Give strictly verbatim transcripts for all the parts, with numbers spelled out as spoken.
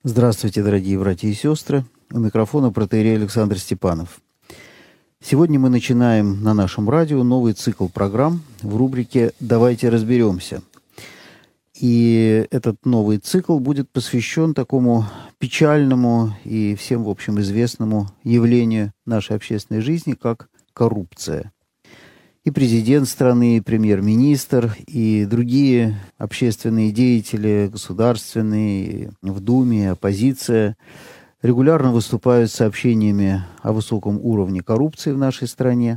Здравствуйте, дорогие братья и сестры. У микрофона протоиерей Александр Степанов. Сегодня мы начинаем на нашем радио новый цикл программ в рубрике «Давайте разберемся». И этот новый цикл будет посвящен такому печальному и всем, в общем, известному явлению нашей общественной жизни, как коррупция. И президент страны, и премьер-министр, и другие общественные деятели, государственные, в Думе, оппозиция, регулярно выступают с сообщениями о высоком уровне коррупции в нашей стране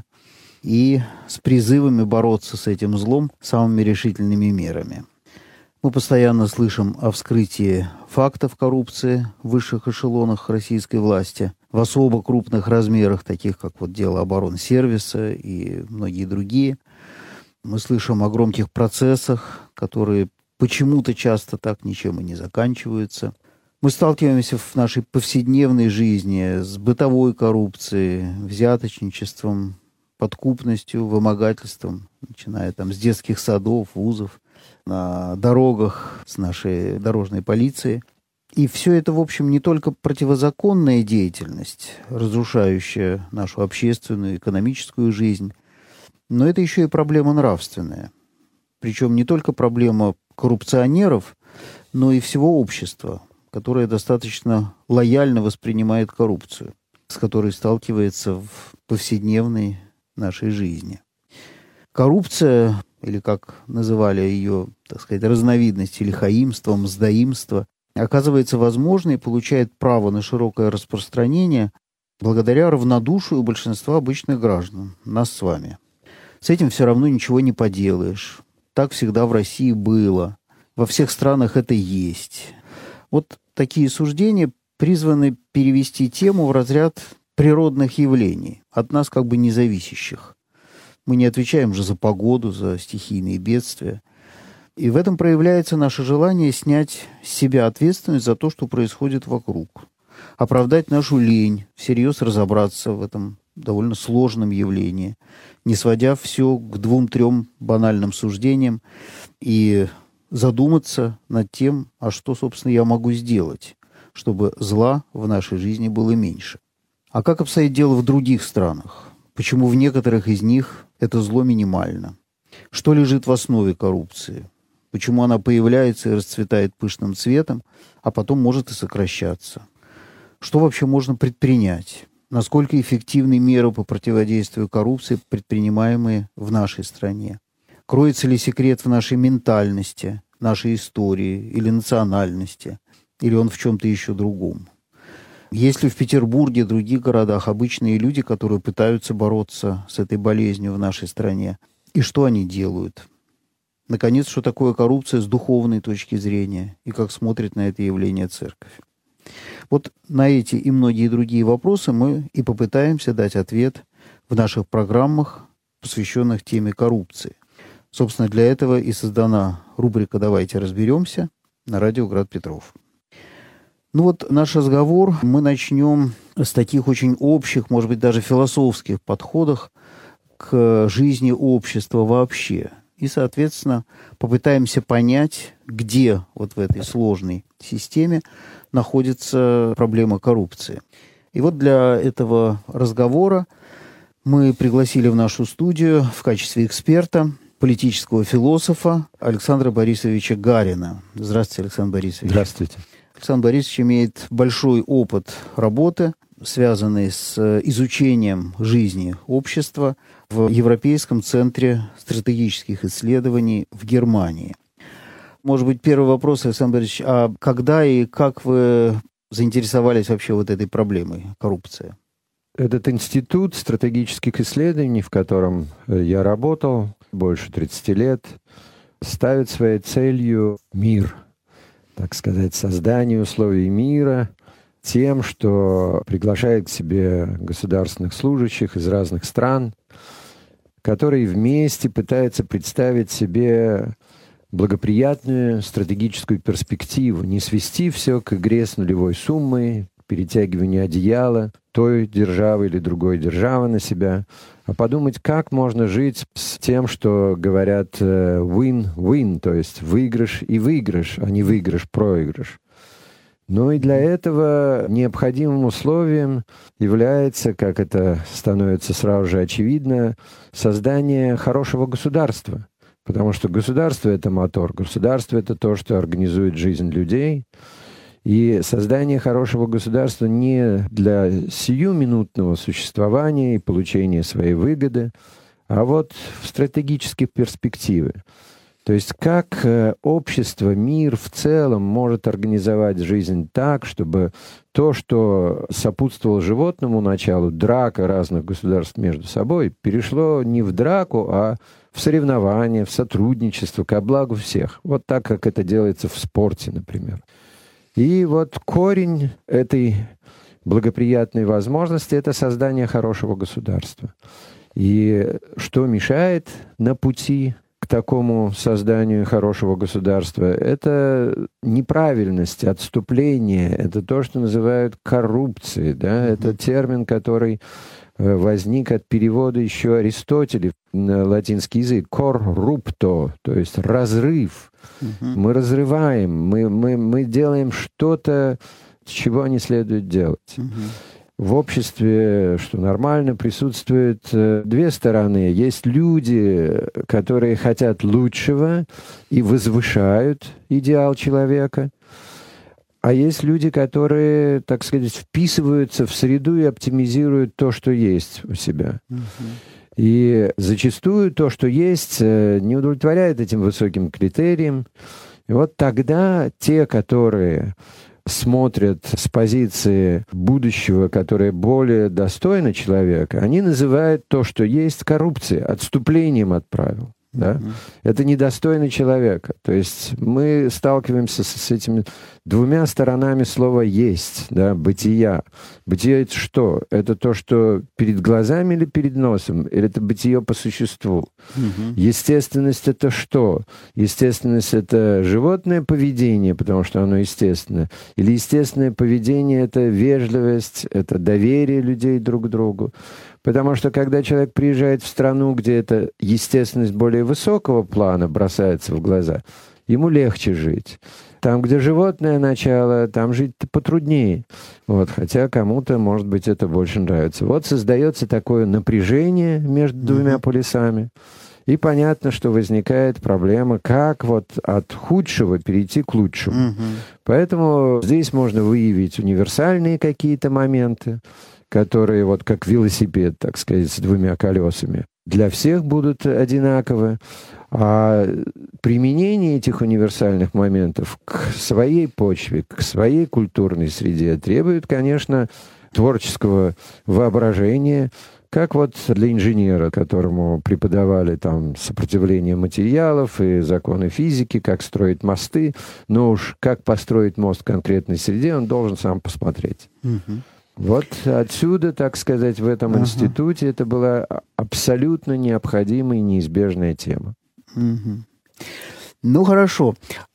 и с призывами бороться с этим злом самыми решительными мерами. Мы постоянно слышим о вскрытии фактов коррупции в высших эшелонах российской власти, в особо крупных размерах, таких как вот дело оборонсервиса и многие другие. Мы слышим о громких процессах, которые почему-то часто так ничем и не заканчиваются. Мы сталкиваемся в нашей повседневной жизни с бытовой коррупцией, взяточничеством, подкупностью, вымогательством, начиная там с детских садов, вузов, на дорогах с нашей дорожной полицией. И все это, в общем, не только противозаконная деятельность, разрушающая нашу общественную, экономическую жизнь, но это еще и проблема нравственная. Причем не только проблема коррупционеров, но и всего общества, которое достаточно лояльно воспринимает коррупцию, с которой сталкивается в повседневной нашей жизни. Коррупция, или как называли ее, так сказать, разновидности лихаимства, мздоимства, оказывается возможной и получает право на широкое распространение благодаря равнодушию большинства обычных граждан, нас с вами. С этим все равно ничего не поделаешь. Так всегда в России было. Во всех странах это есть. Вот такие суждения призваны перевести тему в разряд природных явлений, от нас как бы независящих. Мы не отвечаем же за погоду, за стихийные бедствия. И в этом проявляется наше желание снять с себя ответственность за то, что происходит вокруг. Оправдать нашу лень, всерьез разобраться в этом довольно сложном явлении, не сводя все к двум-трем банальным суждениям и задуматься над тем, а что, собственно, я могу сделать, чтобы зла в нашей жизни было меньше. А как обстоит дело в других странах? Почему в некоторых из них это зло минимально? Что лежит в основе коррупции? Почему она появляется и расцветает пышным цветом, а потом может и сокращаться? Что вообще можно предпринять? Насколько эффективны меры по противодействию коррупции, предпринимаемые в нашей стране? Кроется ли секрет в нашей ментальности, нашей истории или национальности? Или он в чем-то еще другом? Есть ли в Петербурге и других городах обычные люди, которые пытаются бороться с этой болезнью в нашей стране? И что они делают? Наконец, что такое коррупция с духовной точки зрения и как смотрит на это явление церковь? Вот на эти и многие другие вопросы мы и попытаемся дать ответ в наших программах, посвященных теме коррупции. Собственно, для этого и создана рубрика «Давайте разберемся» на радио Град Петров. Ну вот наш разговор мы начнем с таких очень общих, может быть, даже философских подходов к жизни общества вообще. И, соответственно, попытаемся понять, где вот в этой сложной системе находится проблема коррупции. И вот для этого разговора мы пригласили в нашу студию в качестве эксперта политического философа Александра Борисовича Гарина. Здравствуйте, Александр Борисович. Здравствуйте. Александр Борисович имеет большой опыт работы, связанный с изучением жизни общества в Европейском центре стратегических исследований в Германии. Может быть, первый вопрос, Александр Борисович, а когда и как вы заинтересовались вообще вот этой проблемой коррупции? Этот институт стратегических исследований, в котором я работал больше тридцати лет, ставит своей целью мир, так сказать, создание условий мира тем, что приглашает к себе государственных служащих из разных стран, которые вместе пытаются представить себе благоприятную стратегическую перспективу, не свести все к игре с нулевой суммой, перетягиванию одеяла той державы или другой державы на себя, а подумать, как можно жить с тем, что говорят win-win, то есть выигрыш и выигрыш, а не выигрыш-проигрыш. Но и для этого необходимым условием является, как это становится сразу же очевидно, создание хорошего государства. Потому что государство — это мотор, государство — это то, что организует жизнь людей. И создание хорошего государства не для сиюминутного существования и получения своей выгоды, а вот в стратегической перспективе. То есть как общество, мир в целом может организовать жизнь так, чтобы то, что сопутствовало животному началу, драка разных государств между собой, перешло не в драку, а в соревнование, в сотрудничество, ко благу всех. Вот так, как это делается в спорте, например. И вот корень этой благоприятной возможности — это создание хорошего государства. И что мешает на пути к такому созданию хорошего государства? Это неправильность, отступление, это то, что называют коррупцией. Да? Mm-hmm. Это термин, который возник от перевода еще Аристотеля на латинский язык. Corrupto, то есть разрыв. Mm-hmm. Мы разрываем, мы, мы, мы делаем что-то, чего не следует делать. Mm-hmm. В обществе, что нормально, присутствуют две стороны. Есть люди, которые хотят лучшего и возвышают идеал человека. А есть люди, которые, так сказать, вписываются в среду и оптимизируют то, что есть у себя. Uh-huh. И зачастую то, что есть, не удовлетворяет этим высоким критериям. И вот тогда те, которые смотрят с позиции будущего, которое более достойно человека, они называют то, что есть, коррупцией, отступлением от правил. Да? Mm-hmm. Это недостойно человека. То есть мы сталкиваемся с, с этими двумя сторонами слова «есть», да, бытия. Бытие — это что? Это то, что перед глазами или перед носом? Или это бытие по существу? Mm-hmm. Естественность — это что? Естественность — это животное поведение, потому что оно естественно. Или естественное поведение — это вежливость, это доверие людей друг к другу. Потому что когда человек приезжает в страну, где эта естественность более высокого плана бросается в глаза, ему легче жить. Там, где животное начало, там жить-то потруднее. Вот, хотя кому-то, может быть, это больше нравится. Вот создается такое напряжение между двумя mm-hmm. полюсами. И понятно, что возникает проблема, как вот от худшего перейти к лучшему. Mm-hmm. Поэтому здесь можно выявить универсальные какие-то моменты, которые вот как велосипед, так сказать, с двумя колесами, для всех будут одинаковы. А применение этих универсальных моментов к своей почве, к своей культурной среде требует, конечно, творческого воображения, как вот для инженера, которому преподавали там сопротивление материалов и законы физики, как строить мосты, но уж как построить мост в конкретной среде, он должен сам посмотреть. Mm-hmm. Вот отсюда, так сказать, в этом ага. институте это была абсолютно необходимая и неизбежная тема. Угу. Ну, хорошо.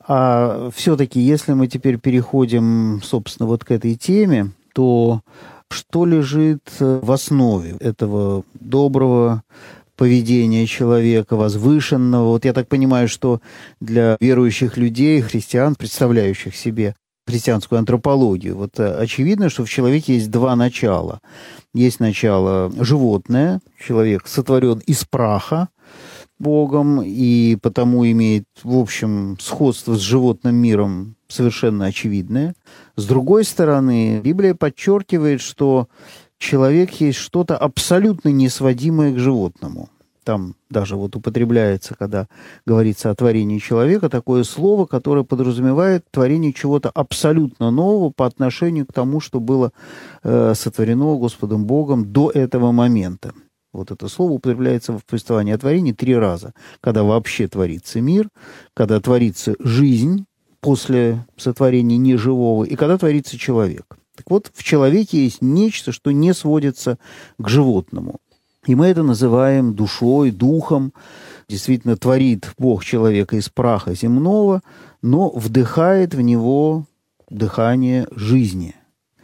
А все-таки, если мы теперь переходим, собственно, вот к этой теме, то что лежит в основе этого доброго поведения человека, возвышенного? Вот я так понимаю, что для верующих людей, христиан, представляющих себе христианскую антропологию, вот очевидно, что в человеке есть два начала. Есть начало животное, человек сотворен из праха Богом, и потому имеет, в общем, сходство с животным миром совершенно очевидное. С другой стороны, Библия подчеркивает, что человек есть что-то абсолютно несводимое к животному. Там даже вот употребляется, когда говорится о творении человека, такое слово, которое подразумевает творение чего-то абсолютно нового по отношению к тому, что было э, сотворено Господом Богом до этого момента. Вот это слово употребляется в повествовании о творении три раза. Когда вообще творится мир, когда творится жизнь после сотворения неживого, и когда творится человек. Так вот, в человеке есть нечто, что не сводится к животному. И мы это называем душой, духом. Действительно, творит Бог человека из праха земного, но вдыхает в него дыхание жизни.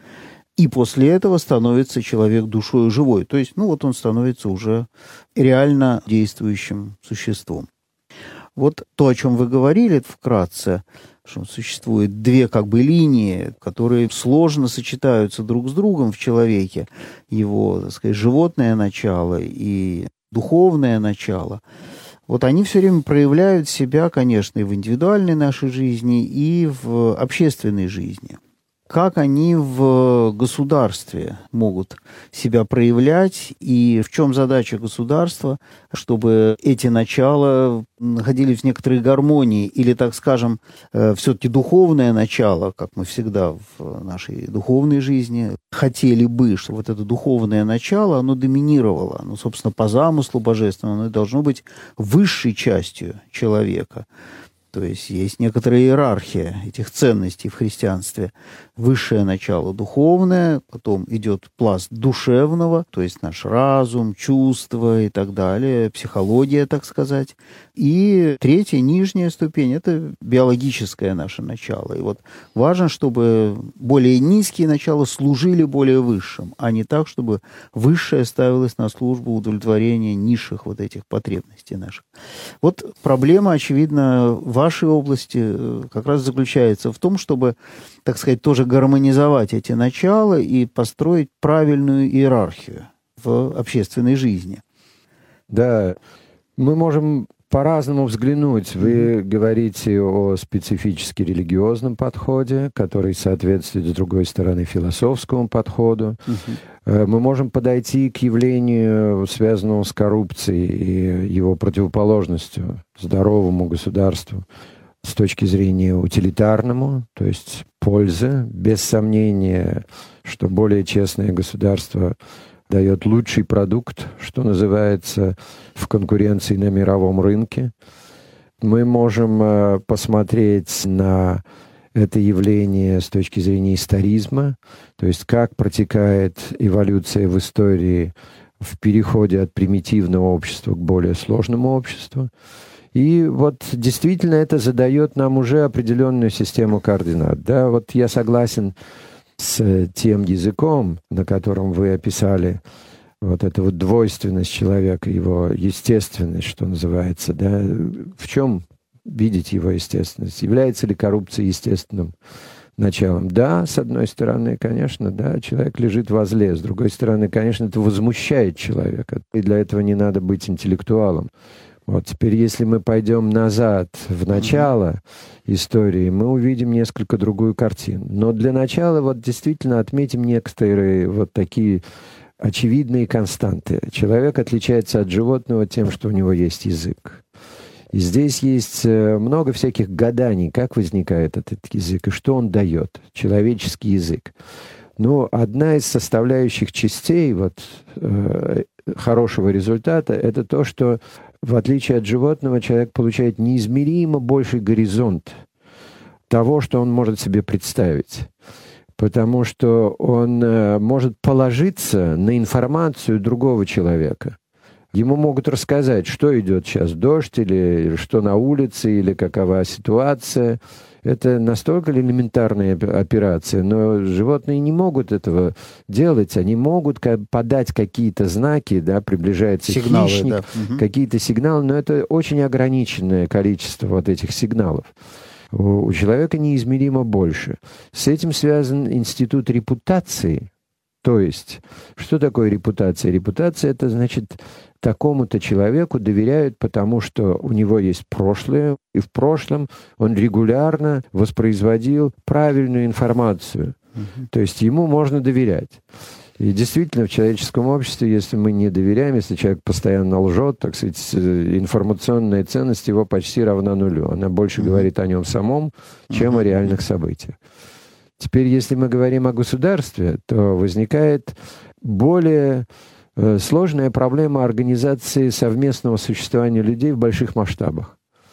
И после этого становится человек душою живой. То есть, ну вот он становится уже реально действующим существом. Вот то, о чем вы говорили вкратце, что существует две как бы линии, которые сложно сочетаются друг с другом в человеке. Его, так сказать, животное начало и духовное начало. Вот они все время проявляют себя, конечно, и в индивидуальной нашей жизни, и в общественной жизни. Как они в государстве могут себя проявлять, и в чем задача государства, чтобы эти начала находились в некоторой гармонии, или, так скажем, все-таки духовное начало, как мы всегда в нашей духовной жизни хотели бы, чтобы вот это духовное начало, оно доминировало. Ну, собственно, по замыслу божественному оно должно быть высшей частью человека. То есть есть некоторая иерархия этих ценностей в христианстве. Высшее начало духовное, потом идет пласт душевного, то есть наш разум, чувства и так далее, психология, так сказать. И третья, нижняя ступень – это биологическое наше начало. И вот важно, чтобы более низкие начала служили более высшим, а не так, чтобы высшее ставилось на службу удовлетворения низших вот этих потребностей наших. Вот проблема, очевидно, в вашей области как раз заключается в том, чтобы, так сказать, тоже гармонизовать эти начала и построить правильную иерархию в общественной жизни. Да, мы можем по-разному взглянуть. Вы mm-hmm. говорите о специфически религиозном подходе, который соответствует, с другой стороны, философскому подходу. Mm-hmm. Мы можем подойти к явлению, связанному с коррупцией и его противоположностью, здоровому государству, с точки зрения утилитарному, то есть пользы. Без сомнения, что более честное государство дает лучший продукт, что называется, в конкуренции на мировом рынке. Мы можем э, посмотреть на это явление с точки зрения историзма, то есть как протекает эволюция в истории в переходе от примитивного общества к более сложному обществу. И вот действительно это задает нам уже определенную систему координат. Да, вот я согласен с тем языком, на котором вы описали вот эту вот двойственность человека, его естественность, что называется, да, в чем видеть его естественность? Является ли коррупция естественным началом? Да, с одной стороны, конечно, да, человек лежит во зле, с другой стороны, конечно, это возмущает человека, и для этого не надо быть интеллектуалом. Вот теперь, если мы пойдем назад, в начало истории, мы увидим несколько другую картину. Но для начала вот действительно отметим некоторые вот такие очевидные константы. Человек отличается от животного тем, что у него есть язык. И здесь есть много всяких гаданий, как возникает этот язык и что он дает, человеческий язык. Но одна из составляющих частей вот, э, хорошего результата — это то, что в отличие от животного, человек получает неизмеримо больший горизонт того, что он может себе представить. Потому что он э, может положиться на информацию другого человека. Ему могут рассказать, что идет сейчас, дождь, или что на улице, или какова ситуация. Это настолько элементарная операция, но животные не могут этого делать. Они могут подать какие-то знаки, да, приближается сигналы, хищник, да. Угу. Какие-то сигналы, но это очень ограниченное количество вот этих сигналов. У, у человека неизмеримо больше. С этим связан институт репутации. То есть, что такое репутация? Репутация — это, значит, такому-то человеку доверяют, потому что у него есть прошлое, и в прошлом он регулярно воспроизводил правильную информацию. Uh-huh. То есть ему можно доверять. И действительно, в человеческом обществе, если мы не доверяем, если человек постоянно лжет, так сказать, информационная ценность его почти равна нулю. Она больше uh-huh. говорит о нем самом, чем uh-huh. о реальных событиях. Теперь, если мы говорим о государстве, то возникает более э, сложная проблема организации совместного существования людей в больших масштабах.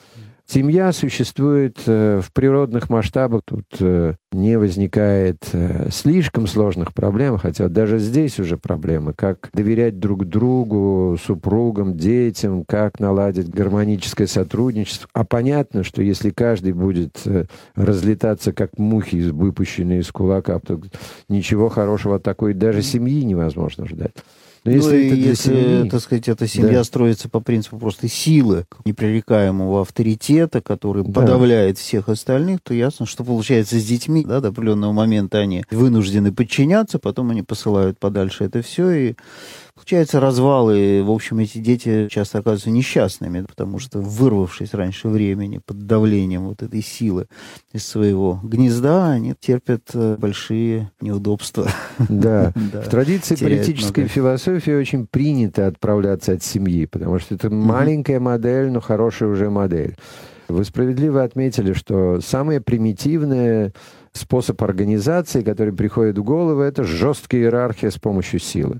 Семья существует э, в природных масштабах, тут э, не возникает э, слишком сложных проблем, хотя даже здесь уже проблемы, как доверять друг другу, супругам, детям, как наладить гармоническое сотрудничество. А понятно, что если каждый будет э, разлетаться, как мухи, выпущенные из кулака, то ничего хорошего от такой даже семьи невозможно ждать. Но ну если и это для если, семьи, так сказать, эта семья да. строится по принципу просто силы, непререкаемого авторитета, который Да. подавляет всех остальных, то ясно, что получается с детьми, да, до определенного момента они вынуждены подчиняться, потом они посылают подальше это все, и получается развал, и, в общем, эти дети часто оказываются несчастными, потому что, вырвавшись раньше времени под давлением вот этой силы из своего гнезда, они терпят большие неудобства. Да. В традиции политической много. философии очень принято отправляться от семьи, потому что это маленькая модель, но хорошая уже модель. Вы справедливо отметили, что самый примитивный способ организации, который приходит в голову, это жесткая иерархия с помощью силы.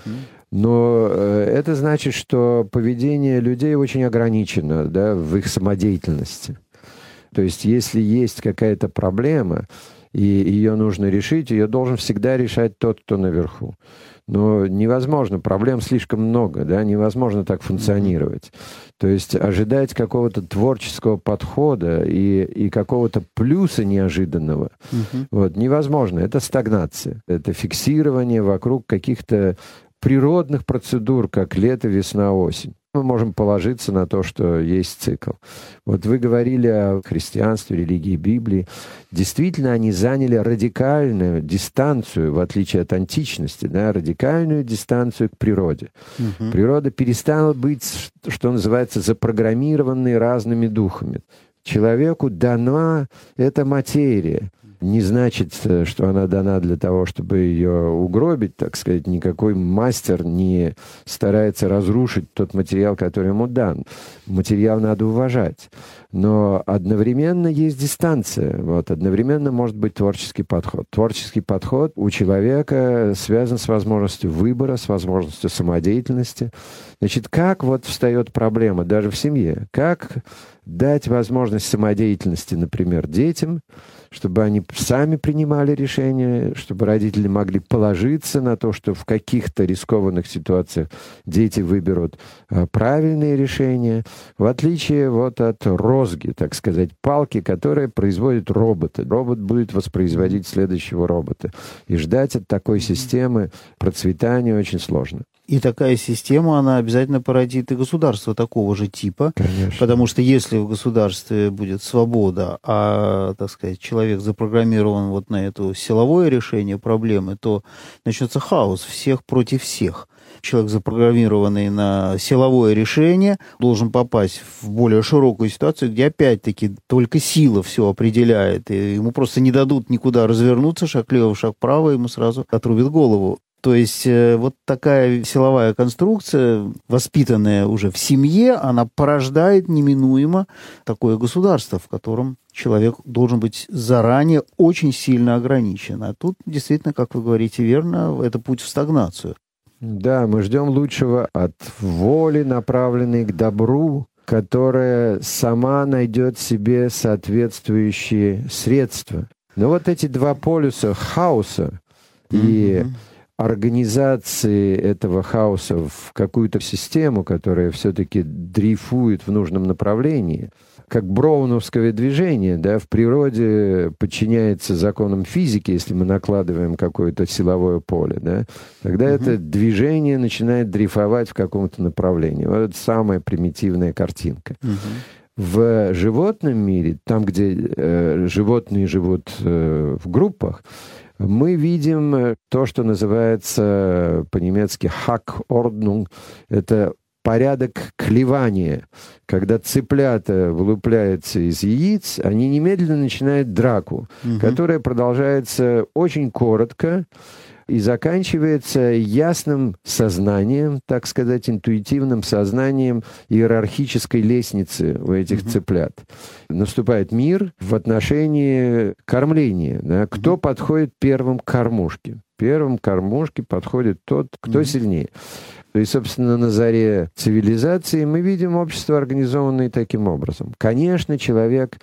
Но э, это значит, что поведение людей очень ограничено, да, в их самодеятельности. То есть, если есть какая-то проблема, и ее нужно решить, ее должен всегда решать тот, кто наверху. Но невозможно, проблем слишком много, да, невозможно так функционировать. То есть ожидать какого-то творческого подхода и, и какого-то плюса неожиданного, uh-huh. вот, невозможно. Это стагнация, это фиксирование вокруг каких-то природных процедур, как лето, весна, осень. Мы можем положиться на то, что есть цикл. Вот вы говорили о христианстве, религии, Библии. Действительно, они заняли радикальную дистанцию, в отличие от античности, да, радикальную дистанцию к природе. Угу. Природа перестала быть, что называется, запрограммированной разными духами. Человеку дана эта материя. Не значит, что она дана для того, чтобы ее угробить, так сказать. Никакой мастер не старается разрушить тот материал, который ему дан. Материал надо уважать. Но одновременно есть дистанция. Вот, одновременно может быть творческий подход. Творческий подход у человека связан с возможностью выбора, с возможностью самодеятельности. Значит, как вот встает проблема даже в семье? Как дать возможность самодеятельности, например, детям, чтобы они сами принимали решения, чтобы родители могли положиться на то, что в каких-то рискованных ситуациях дети выберут а, правильные решения, в отличие вот от розги, так сказать, палки, которые производят роботы. Робот будет воспроизводить следующего робота. И ждать от такой системы процветания очень сложно. И такая система, она обязательно породит и государство такого же типа. Конечно. Потому что если в государстве будет свобода, а, так сказать, человек запрограммирован вот на это силовое решение проблемы, то начнется хаос всех против всех. Человек, запрограммированный на силовое решение, должен попасть в более широкую ситуацию, где опять-таки только сила все определяет. И ему просто не дадут никуда развернуться, шаг лево, шаг вправо, ему сразу отрубят голову. То есть э, вот такая силовая конструкция, воспитанная уже в семье, она порождает неминуемо такое государство, в котором человек должен быть заранее очень сильно ограничен. А тут действительно, как вы говорите верно, это путь в стагнацию. Да, мы ждем лучшего от воли, направленной к добру, которая сама найдет себе соответствующие средства. Но вот эти два полюса хаоса и... Mm-hmm. организации этого хаоса в какую-то систему, которая все-таки дрейфует в нужном направлении, как броуновское движение, да, в природе подчиняется законам физики, если мы накладываем какое-то силовое поле, да, тогда угу. это движение начинает дрейфовать в каком-то направлении. Вот это самая примитивная картинка. Угу. В животном мире, там, где э, животные живут э, в группах, мы видим то, что называется по-немецки «Hackordnung». Это порядок клевания. Когда цыплята вылупляются из яиц, они немедленно начинают драку, угу. которая продолжается очень коротко и заканчивается ясным сознанием, так сказать, интуитивным сознанием иерархической лестницы у этих mm-hmm. цыплят. Наступает мир в отношении кормления. Да? Кто mm-hmm. подходит первым к кормушке? Первым к кормушке подходит тот, кто mm-hmm. сильнее. И, собственно, на заре цивилизации мы видим общество, организованное таким образом. Конечно, человек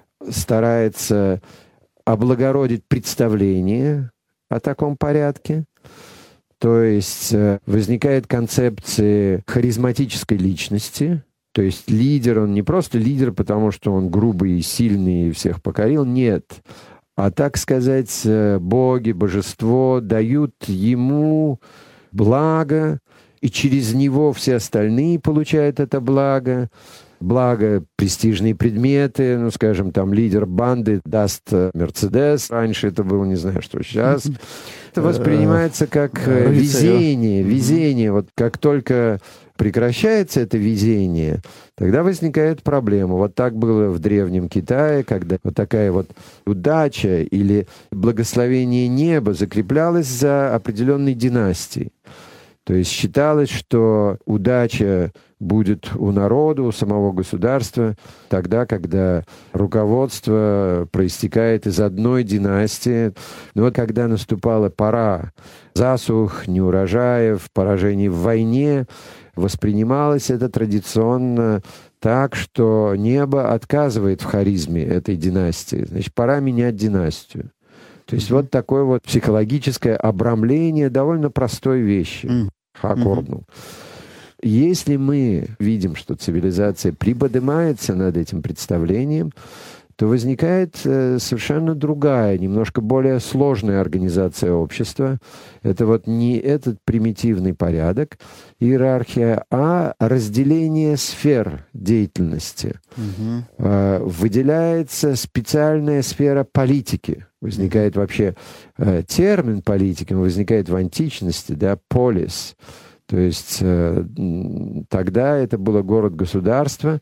старается облагородить представление о таком порядке. То есть возникает концепция харизматической личности. То есть лидер, он не просто лидер, потому что он грубый и сильный и всех покорил. Нет. А, так сказать, боги, божество дают ему благо, и через него все остальные получают это благо. Благо, престижные предметы, ну, скажем, там, лидер банды даст Мерседес. Раньше это было, не знаю, что сейчас. Это воспринимается как везение, везение. Вот как только прекращается это везение, тогда возникает проблема. Вот так было в Древнем Китае, когда вот такая вот удача или благословение неба закреплялось за определенной династией. То есть считалось, что удача будет у народа, у самого государства, тогда, когда руководство проистекает из одной династии. Но вот когда наступала пора засух, неурожаев, поражений в войне, воспринималось это традиционно так, что небо отказывает в харизме этой династии. Значит, пора менять династию. То есть mm-hmm. вот такое вот психологическое обрамление довольно простой вещи. Mm-hmm. Аккорднул. Если мы видим, что цивилизация приподнимается над этим представлением, то возникает э, совершенно другая, немножко более сложная организация общества. Это вот не этот примитивный порядок, иерархия, а разделение сфер деятельности. Угу. Э, выделяется специальная сфера политики. Возникает вообще э, термин политики, он возникает в античности, да, полис. То есть э, тогда это было город-государство,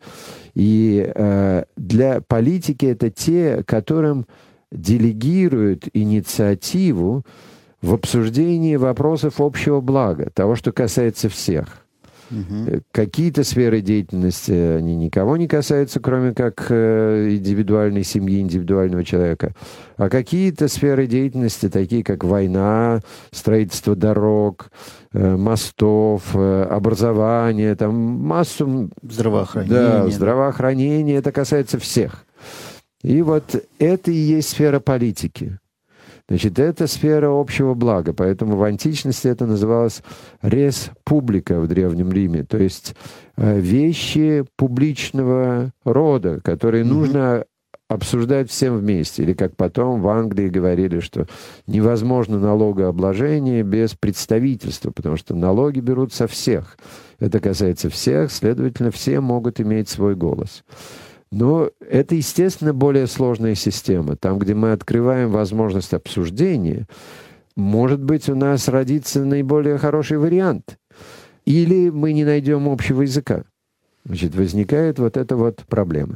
и э, для политики это те, которым делегируют инициативу в обсуждении вопросов общего блага, того, что касается всех. Угу. Какие-то сферы деятельности, они никого не касаются, кроме как э, индивидуальной семьи, индивидуального человека. А какие-то сферы деятельности, такие как война, строительство дорог, э, мостов, э, образование, там массу... Здравоохранение. Да, здравоохранение, это касается всех. И вот это и есть сфера политики. Значит, это сфера общего блага, поэтому в античности это называлось «рес публика» в Древнем Риме, то есть э, вещи публичного рода, которые mm-hmm. нужно обсуждать всем вместе. Или как потом в Англии говорили, что невозможно налогообложение без представительства, потому что налоги берут со всех. Это касается всех, следовательно, все могут иметь свой голос. Но это, естественно, более сложная система. Там, где мы открываем возможность обсуждения, может быть, у нас родится наиболее хороший вариант. Или мы не найдем общего языка. Значит, возникает вот эта вот проблема.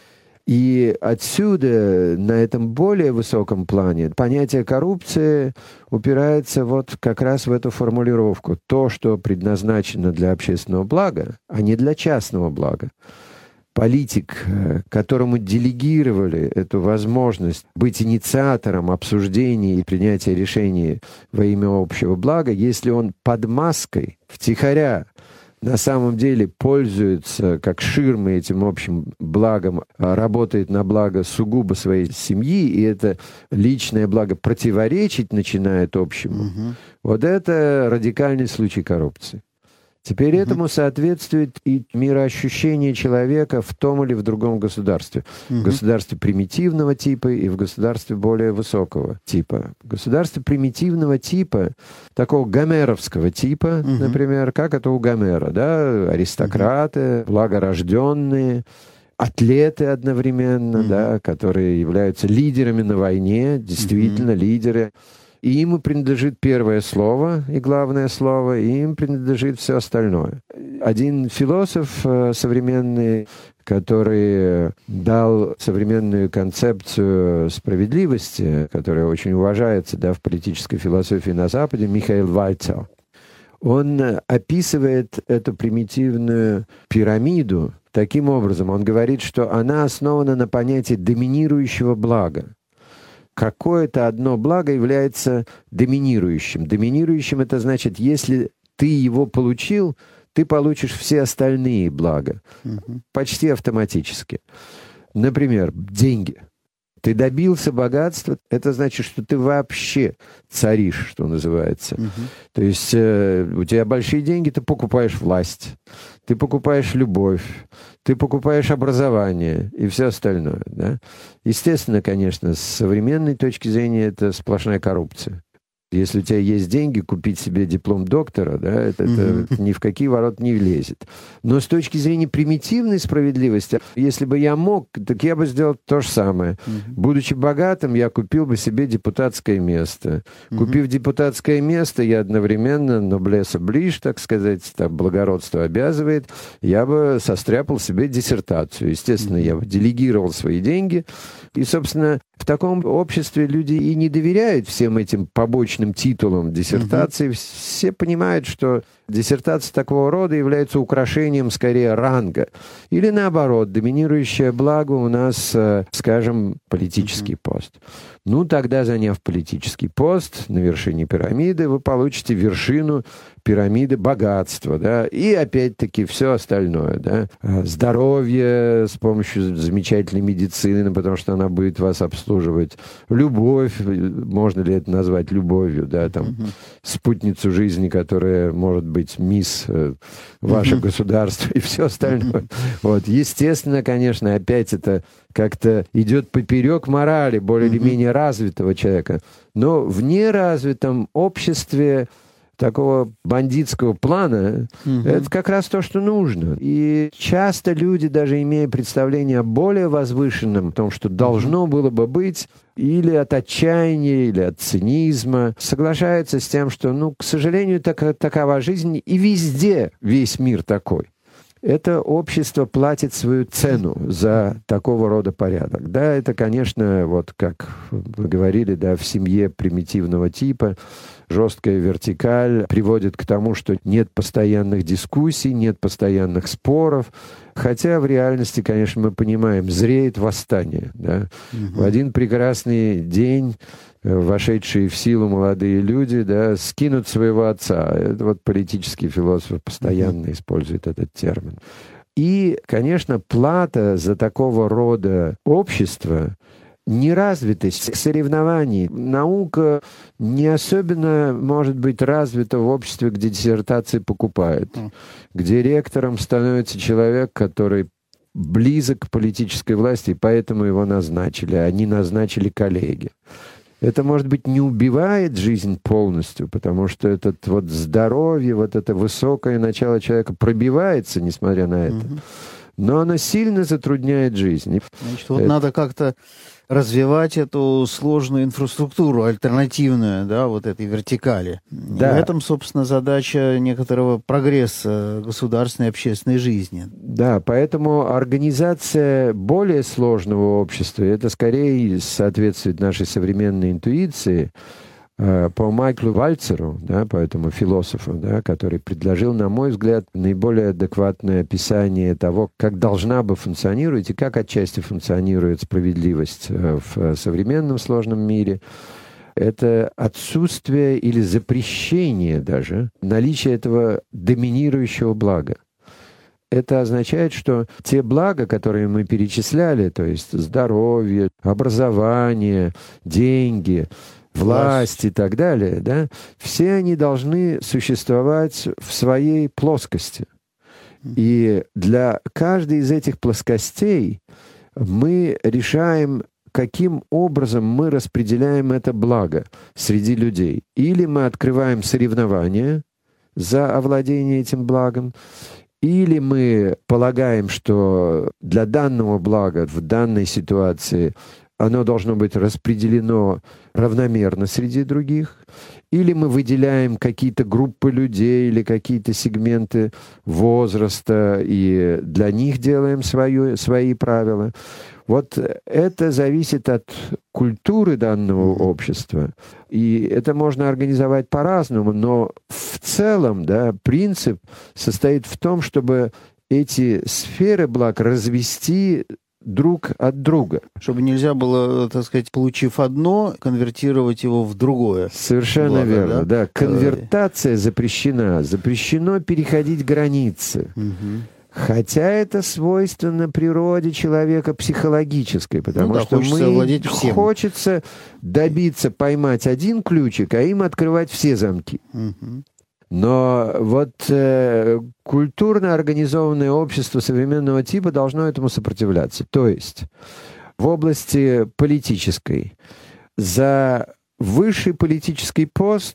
И отсюда, на этом более высоком плане, понятие коррупции упирается вот как раз в эту формулировку. То, что предназначено для общественного блага, а не для частного блага. Политик, которому делегировали эту возможность быть инициатором обсуждений и принятия решений во имя общего блага, если он под маской, втихаря, на самом деле пользуется как ширмой этим общим благом, работает на благо сугубо своей семьи, и это личное благо противоречить начинает общему, угу. Вот это радикальный случай коррупции. Теперь uh-huh. этому соответствует и мироощущение человека в том или в другом государстве. Uh-huh. В государстве примитивного типа и в государстве более высокого типа. В государстве примитивного типа, такого гомеровского типа, uh-huh. например, как это у Гомера, да, аристократы, uh-huh. благорожденные, атлеты одновременно, uh-huh. да, которые являются лидерами на войне, действительно uh-huh. лидеры. И им и принадлежит первое слово, и главное слово, и им принадлежит все остальное. Один философ современный, который дал современную концепцию справедливости, которая очень уважается, да, в политической философии на Западе, Михаил Вальцер, он описывает эту примитивную пирамиду таким образом. Он говорит, что она основана на понятии доминирующего блага. Какое-то одно благо является доминирующим. Доминирующим — это значит, если ты его получил, ты получишь все остальные блага. Угу. Почти автоматически. Например, деньги. Ты добился богатства, это значит, что ты вообще царишь, что называется. Угу. То есть э, у тебя большие деньги, ты покупаешь власть, ты покупаешь любовь, ты покупаешь образование и все остальное. Да? Естественно, конечно, с современной точки зрения это сплошная коррупция. Если у тебя есть деньги, купить себе диплом доктора, да, это, mm-hmm. это ни в какие ворота не влезет. Но с точки зрения примитивной справедливости, если бы я мог, так я бы сделал то же самое. Mm-hmm. Будучи богатым, я купил бы себе депутатское место. Mm-hmm. Купив депутатское место, я одновременно, noblesse oblige, так сказать, так, благородство обязывает, я бы состряпал себе диссертацию. Естественно, mm-hmm. я бы делегировал свои деньги. И, собственно, в таком обществе люди и не доверяют всем этим побочным титулам диссертации. Mm-hmm. Все понимают, что диссертация такого рода является украшением скорее ранга. Или наоборот, доминирующее благо у нас, скажем, политический mm-hmm. пост. Ну, тогда, заняв политический пост на вершине пирамиды, вы получите вершину пирамиды богатства, да, и опять-таки все остальное, да, здоровье с помощью замечательной медицины, потому что она будет вас обслуживать, любовь, можно ли это назвать любовью, да, там, mm-hmm. спутницу жизни, которая может быть мисс э, ваше mm-hmm. государство и все остальное. Mm-hmm. Вот, естественно, конечно, опять это как-то идет поперек морали более mm-hmm. или менее развитого человека, но в неразвитом обществе такого бандитского плана, угу. это как раз то, что нужно. И часто люди, даже имея представление о более возвышенном, о том, что должно было бы быть, или от отчаяния, или от цинизма, соглашаются с тем, что, ну, к сожалению, так, такова жизнь, и везде весь мир такой. Это общество платит свою цену за такого рода порядок. Да, это, конечно, вот как вы говорили, да, в семье примитивного типа, жесткая вертикаль приводит к тому, что нет постоянных дискуссий, нет постоянных споров. Хотя в реальности, конечно, мы понимаем, зреет восстание. Да? Угу. В один прекрасный день вошедшие в силу молодые люди, да, скинут своего отца. Это вот политические философы постоянно угу. используют этот термин. И, конечно, плата за такого рода общество, неразвитость соревнований. Наука не особенно может быть развита в обществе, где диссертации покупают, mm. где ректором становится человек, который близок к политической власти, и поэтому его назначили, а не назначили коллеги. Это, может быть, не убивает жизнь полностью, потому что это вот здоровье, вот это высокое начало человека пробивается, несмотря на это. Mm-hmm. Но оно сильно затрудняет жизнь. Значит, вот это... надо как-то развивать эту сложную инфраструктуру, альтернативную, да, вот этой вертикали. Да. И в этом, собственно, задача некоторого прогресса государственной и общественной жизни. Да, поэтому организация более сложного общества, это скорее соответствует нашей современной интуиции, по Майклу Вальцеру, да, по этому философу, да, который предложил, на мой взгляд, наиболее адекватное описание того, как должна бы функционировать и как отчасти функционирует справедливость в современном сложном мире. Это отсутствие или запрещение даже наличия этого доминирующего блага. Это означает, что те блага, которые мы перечисляли, то есть здоровье, образование, деньги, власть и так далее, да, все они должны существовать в своей плоскости. И для каждой из этих плоскостей мы решаем, каким образом мы распределяем это благо среди людей. Или мы открываем соревнования за овладение этим благом, или мы полагаем, что для данного блага в данной ситуации оно должно быть распределено равномерно среди других, или мы выделяем какие-то группы людей или какие-то сегменты возраста и для них делаем свою, свои правила. Вот это зависит от культуры данного общества, и это можно организовать по-разному, но в целом, да, принцип состоит в том, чтобы эти сферы благ развести друг от друга. Чтобы нельзя было, так сказать, получив одно, конвертировать его в другое. Совершенно благо, верно, да? да. Конвертация запрещена. Запрещено переходить границы. Угу. Хотя это свойственно природе человека психологической, потому ну, да, что мы хочется добиться поймать один ключик, а им открывать все замки. Угу. Но вот э, культурно организованное общество современного типа должно этому сопротивляться. То есть в области политической за высший политический пост,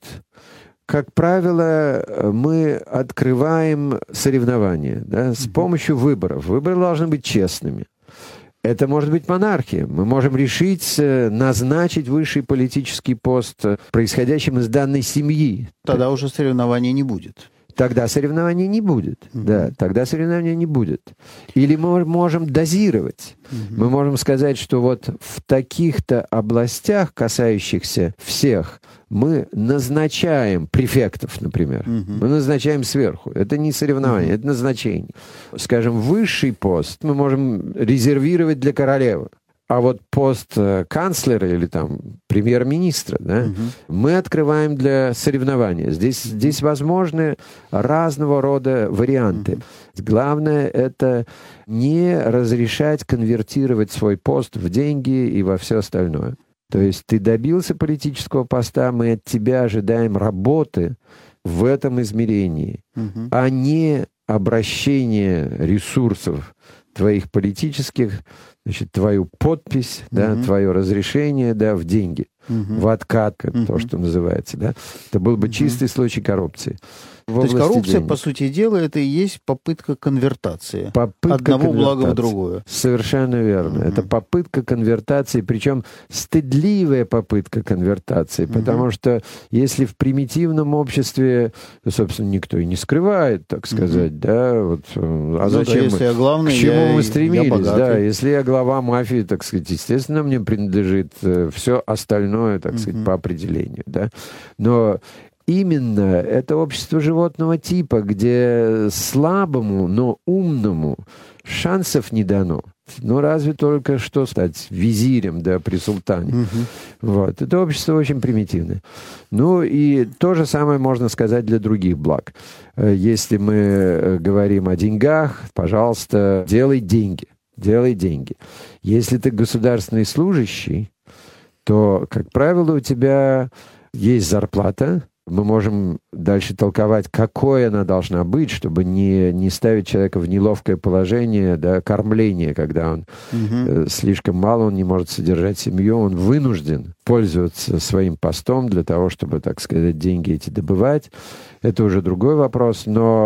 как правило, мы открываем соревнования, да, с помощью выборов. Выборы должны быть честными. Это может быть монархия. Мы можем решить назначить высший политический пост происходящим из данной семьи. Тогда уже соревнований не будет. Тогда соревнований не будет. Mm-hmm. Да, тогда соревнований не будет. Или мы можем дозировать. Mm-hmm. Мы можем сказать, что вот в таких-то областях, касающихся всех, мы назначаем префектов, например. Mm-hmm. Мы назначаем сверху. Это не соревнование, mm-hmm. это назначение. Скажем, высший пост мы можем резервировать для королевы. А вот пост канцлера или там премьер-министра, да, угу. мы открываем для соревнования. Здесь, здесь возможны разного рода варианты. Угу. Главное — это не разрешать конвертировать свой пост в деньги и во все остальное. То есть ты добился политического поста, мы от тебя ожидаем работы в этом измерении, угу. а не обращение ресурсов твоих политических, значит, твою подпись, uh-huh. да, твое разрешение, да, в деньги, uh-huh. в откат, как uh-huh. то, что называется, да. Это был бы uh-huh. чистый случай коррупции. То есть коррупция, денег. По сути дела, это и есть попытка конвертации. Попытка одного конвертации. блага в другое. Совершенно верно. Uh-huh. Это попытка конвертации, причем стыдливая попытка конвертации, uh-huh. потому что если в примитивном обществе, собственно, никто и не скрывает, так сказать, uh-huh. да, вот, а зачем ну, да, если мы, я главный, к чему я, мы стремились, я да, если я глава мафии, так сказать, естественно, мне принадлежит все остальное, так сказать, uh-huh. по определению, да, но именно это общество животного типа, где слабому, но умному шансов не дано. Ну, разве только что стать визирем, да, при султане. Uh-huh. Вот. Это общество очень примитивное. Ну, и то же самое можно сказать для других благ. Если мы говорим о деньгах, пожалуйста, делай деньги. Делай деньги. Если ты государственный служащий, то, как правило, у тебя есть зарплата. Мы можем дальше толковать, какой она должна быть, чтобы не, не ставить человека в неловкое положение, да, кормления, когда он угу. э, слишком мало, он не может содержать семью, он вынужден пользоваться своим постом для того, чтобы, так сказать, деньги эти добывать. Это уже другой вопрос,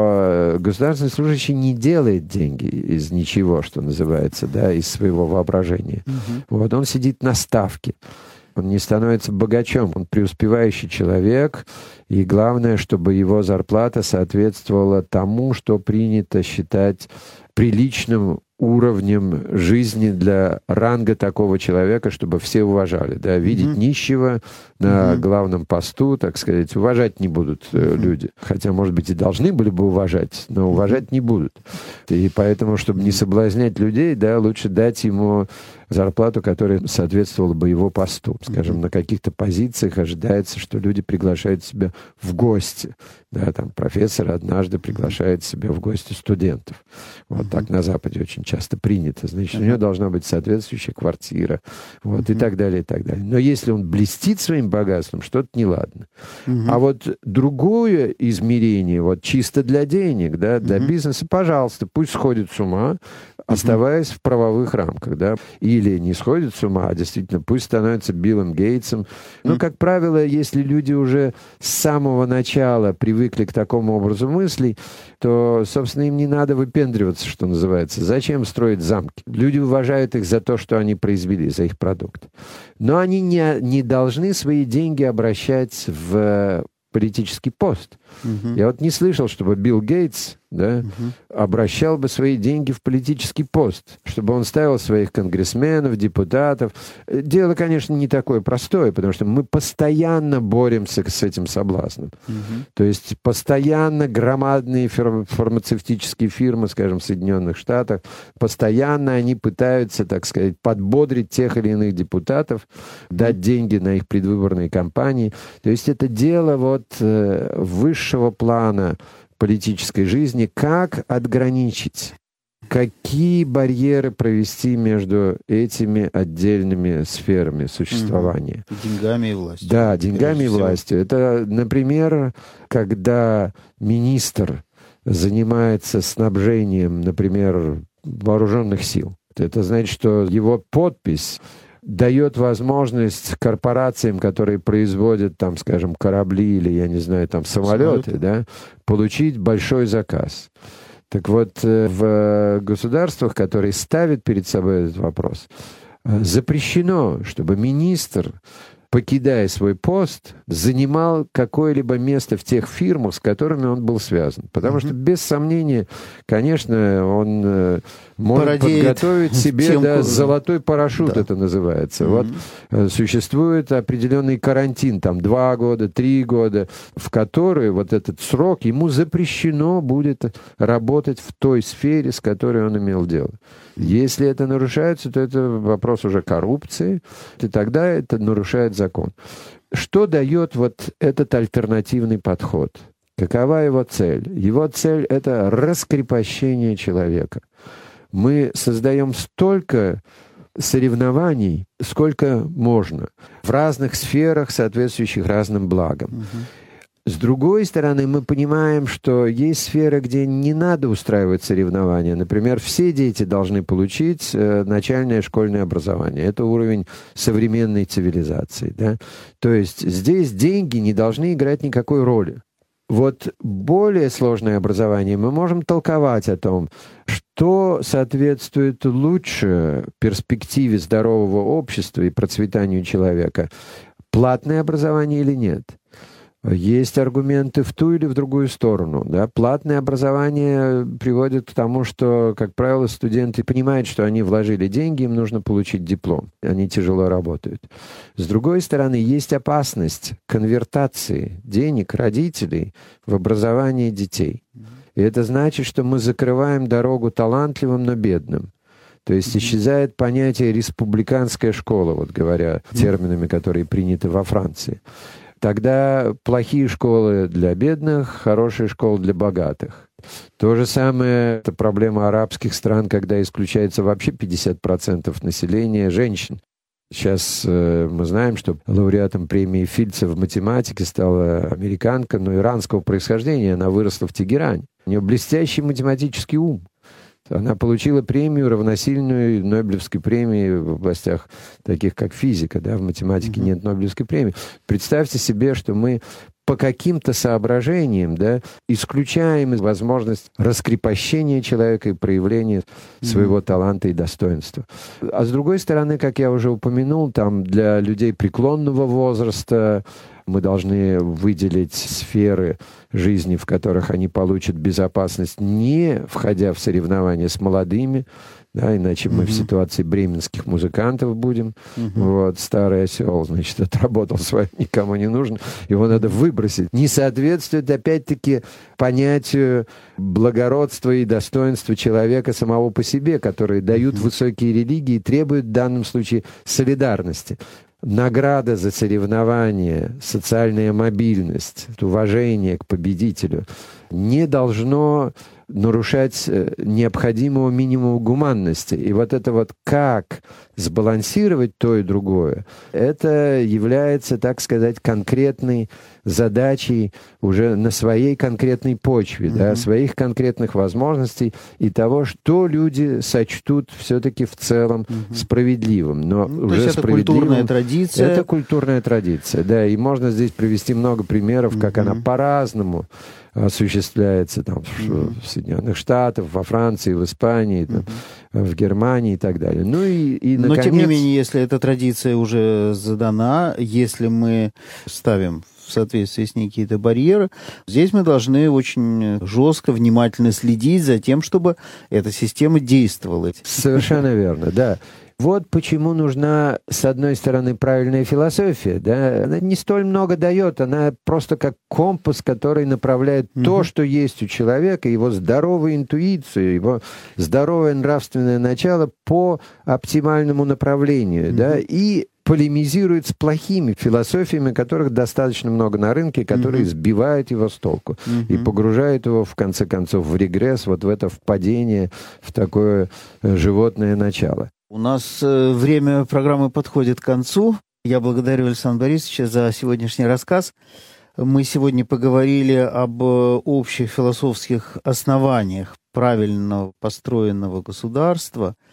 но государственный служащий не делает деньги из ничего, что называется, да, из своего воображения. Угу. Вот он сидит на ставке. Он не становится богачом, он преуспевающий человек, и главное, чтобы его зарплата соответствовала тому, что принято считать приличным уровнем жизни для ранга такого человека, чтобы все уважали. Да? Видеть mm-hmm. нищего на mm-hmm. главном посту, так сказать, уважать не будут mm-hmm. люди. Хотя, может быть, и должны были бы уважать, но уважать mm-hmm. не будут. И поэтому, чтобы не соблазнять людей, да, лучше дать ему зарплату, которая соответствовала бы его посту. Скажем, mm-hmm. на каких-то позициях ожидается, что люди приглашают себя в гости. Да, там профессор однажды приглашает себя в гости студентов. Вот mm-hmm. так на Западе очень часто принято. Значит, uh-huh. у него должна быть соответствующая квартира. Вот, uh-huh. и так далее, и так далее. Но если он блестит своим богатством, что-то неладно. Uh-huh. А вот другое измерение, вот чисто для денег, да, для uh-huh. бизнеса, пожалуйста, пусть сходит с ума, оставаясь uh-huh. в правовых рамках, да, или не сходит с ума, а действительно пусть становится Биллом Гейтсом. Но, uh-huh. как правило, если люди уже с самого начала привыкли к такому образу мыслей, то, собственно, им не надо выпендриваться, что называется. Зачем строить замки? Люди уважают их за то, что они произвели, за их продукт. Но они не, не должны свои деньги обращать в политический пост. Uh-huh. Я вот не слышал, чтобы Билл Гейтс, да, uh-huh. обращал бы свои деньги в политический пост, чтобы он ставил своих конгрессменов, депутатов. Дело, конечно, не такое простое, потому что мы постоянно боремся с этим соблазном. Uh-huh. То есть постоянно громадные фар- фармацевтические фирмы, скажем, в Соединенных Штатах, постоянно они пытаются, так сказать, подбодрить тех или иных депутатов, uh-huh. дать деньги на их предвыборные кампании. То есть это дело вот э, высшего плана политической жизни, как отграничить, какие барьеры провести между этими отдельными сферами существования. Угу. Деньгами и властью. Да, деньгами и властью. Это, например, когда министр занимается снабжением, например, вооруженных сил. Это значит, что его подпись дает возможность корпорациям, которые производят, там, скажем, корабли или, я не знаю, там, самолеты, самолеты. Да, получить большой заказ. Так вот, в государствах, которые ставят перед собой этот вопрос, запрещено, чтобы министр, покидая свой пост, занимал какое-либо место в тех фирмах, с которыми он был связан. Потому mm-hmm. что, без сомнения, конечно, он э, может Породеет подготовить себе темку... да, золотой парашют, да. Это называется. Mm-hmm. Вот э, существует определенный карантин, там, два года, три года, в который вот этот срок ему запрещено будет работать в той сфере, с которой он имел дело. Если это нарушается, то это вопрос уже коррупции, и тогда это нарушает закон. Что дает вот этот альтернативный подход? Какова его цель? Его цель — это раскрепощение человека. Мы создаем столько соревнований, сколько можно, в разных сферах, соответствующих разным благам. Угу. С другой стороны, мы понимаем, что есть сферы, где не надо устраивать соревнования. Например, все дети должны получить э, начальное школьное образование. Это уровень современной цивилизации. Да? То есть здесь деньги не должны играть никакой роли. Вот более сложное образование мы можем толковать о том, что соответствует лучше перспективе здорового общества и процветанию человека. Платное образование или нет? Есть аргументы в ту или в другую сторону. Да? Платное образование приводит к тому, что, как правило, студенты понимают, что они вложили деньги, им нужно получить диплом. Они тяжело работают. С другой стороны, есть опасность конвертации денег родителей в образование детей. И это значит, что мы закрываем дорогу талантливым, но бедным. То есть исчезает понятие «республиканская школа», вот говоря терминами, которые приняты во Франции. Тогда плохие школы для бедных, хорошие школы для богатых. То же самое, это проблема арабских стран, когда исключается вообще пятьдесят процентов населения женщин. Сейчас э, мы знаем, что лауреатом премии Филдса в математике стала американка, но иранского происхождения. Она выросла в Тегеране. У нее блестящий математический ум. Она получила премию, равносильную Нобелевской премии в областях таких, как физика. Да? В математике mm-hmm. нет Нобелевской премии. Представьте себе, что мы по каким-то соображениям да, исключаем возможность раскрепощения человека и проявления mm-hmm. своего таланта и достоинства. А с другой стороны, как я уже упомянул, там для людей преклонного возраста мы должны выделить сферы жизни, в которых они получат безопасность, не входя в соревнования с молодыми, да, иначе mm-hmm. мы в ситуации бременских музыкантов будем. Mm-hmm. Вот, старый осел, значит, отработал свое, никому не нужно, его надо выбросить. Не соответствует, опять-таки, понятию благородства и достоинства человека самого по себе, которые дают mm-hmm. высокие религии и требуют в данном случае солидарности. Награда за соревнование, социальная мобильность, уважение к победителю не должно нарушать необходимого минимума гуманности. И вот это вот как сбалансировать то и другое, это является, так сказать, конкретной задачей уже на своей конкретной почве, mm-hmm. да, своих конкретных возможностей и того, что люди сочтут все-таки в целом mm-hmm. справедливым. Но ну, уже то есть это культурная традиция. Это культурная традиция, да, и можно здесь привести много примеров, mm-hmm. как она по-разному осуществляется там, mm-hmm. в Соединенных Штатах, во Франции, в Испании, там, mm-hmm. в Германии и так далее. Ну и, и Но наконец... тем не менее, если эта традиция уже задана, если мы ставим в соответствии с ней какие-то барьеры, здесь мы должны очень жестко, внимательно следить за тем, чтобы эта система действовала. Совершенно верно, да. Вот почему нужна, с одной стороны, правильная философия. Да? Она не столь много дает, она просто как компас, который направляет mm-hmm. то, что есть у человека, его здоровую интуицию, его здоровое нравственное начало по оптимальному направлению. Mm-hmm. Да? И полемизирует с плохими философиями, которых достаточно много на рынке, которые mm-hmm. сбивают его с толку mm-hmm. и погружают его, в конце концов, в регресс, вот в это впадение, в такое животное начало. У нас э, время программы подходит к концу. Я благодарю Александра Борисовича за сегодняшний рассказ. Мы сегодня поговорили об общих философских основаниях правильно построенного государства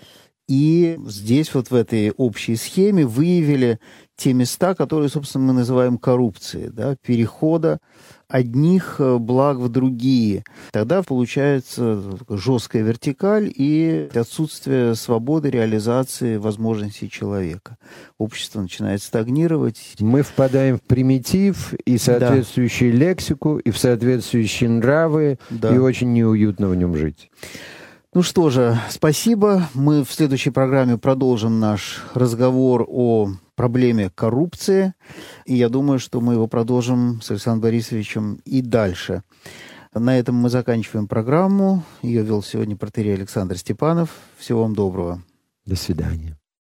И здесь вот в этой общей схеме выявили те места, которые, собственно, мы называем коррупцией, да, перехода одних благ в другие. Тогда получается жесткая вертикаль и отсутствие свободы реализации возможностей человека. Общество начинает стагнировать. Мы впадаем в примитив и соответствующую да. лексику, и в соответствующие нравы, да. и очень неуютно в нем жить. Ну что же, спасибо. Мы в следующей программе продолжим наш разговор о проблеме коррупции. И я думаю, что мы его продолжим с Александром Борисовичем и дальше. На этом мы заканчиваем программу. Ее вел сегодня протоиерей Александр Степанов. Всего вам доброго. До свидания.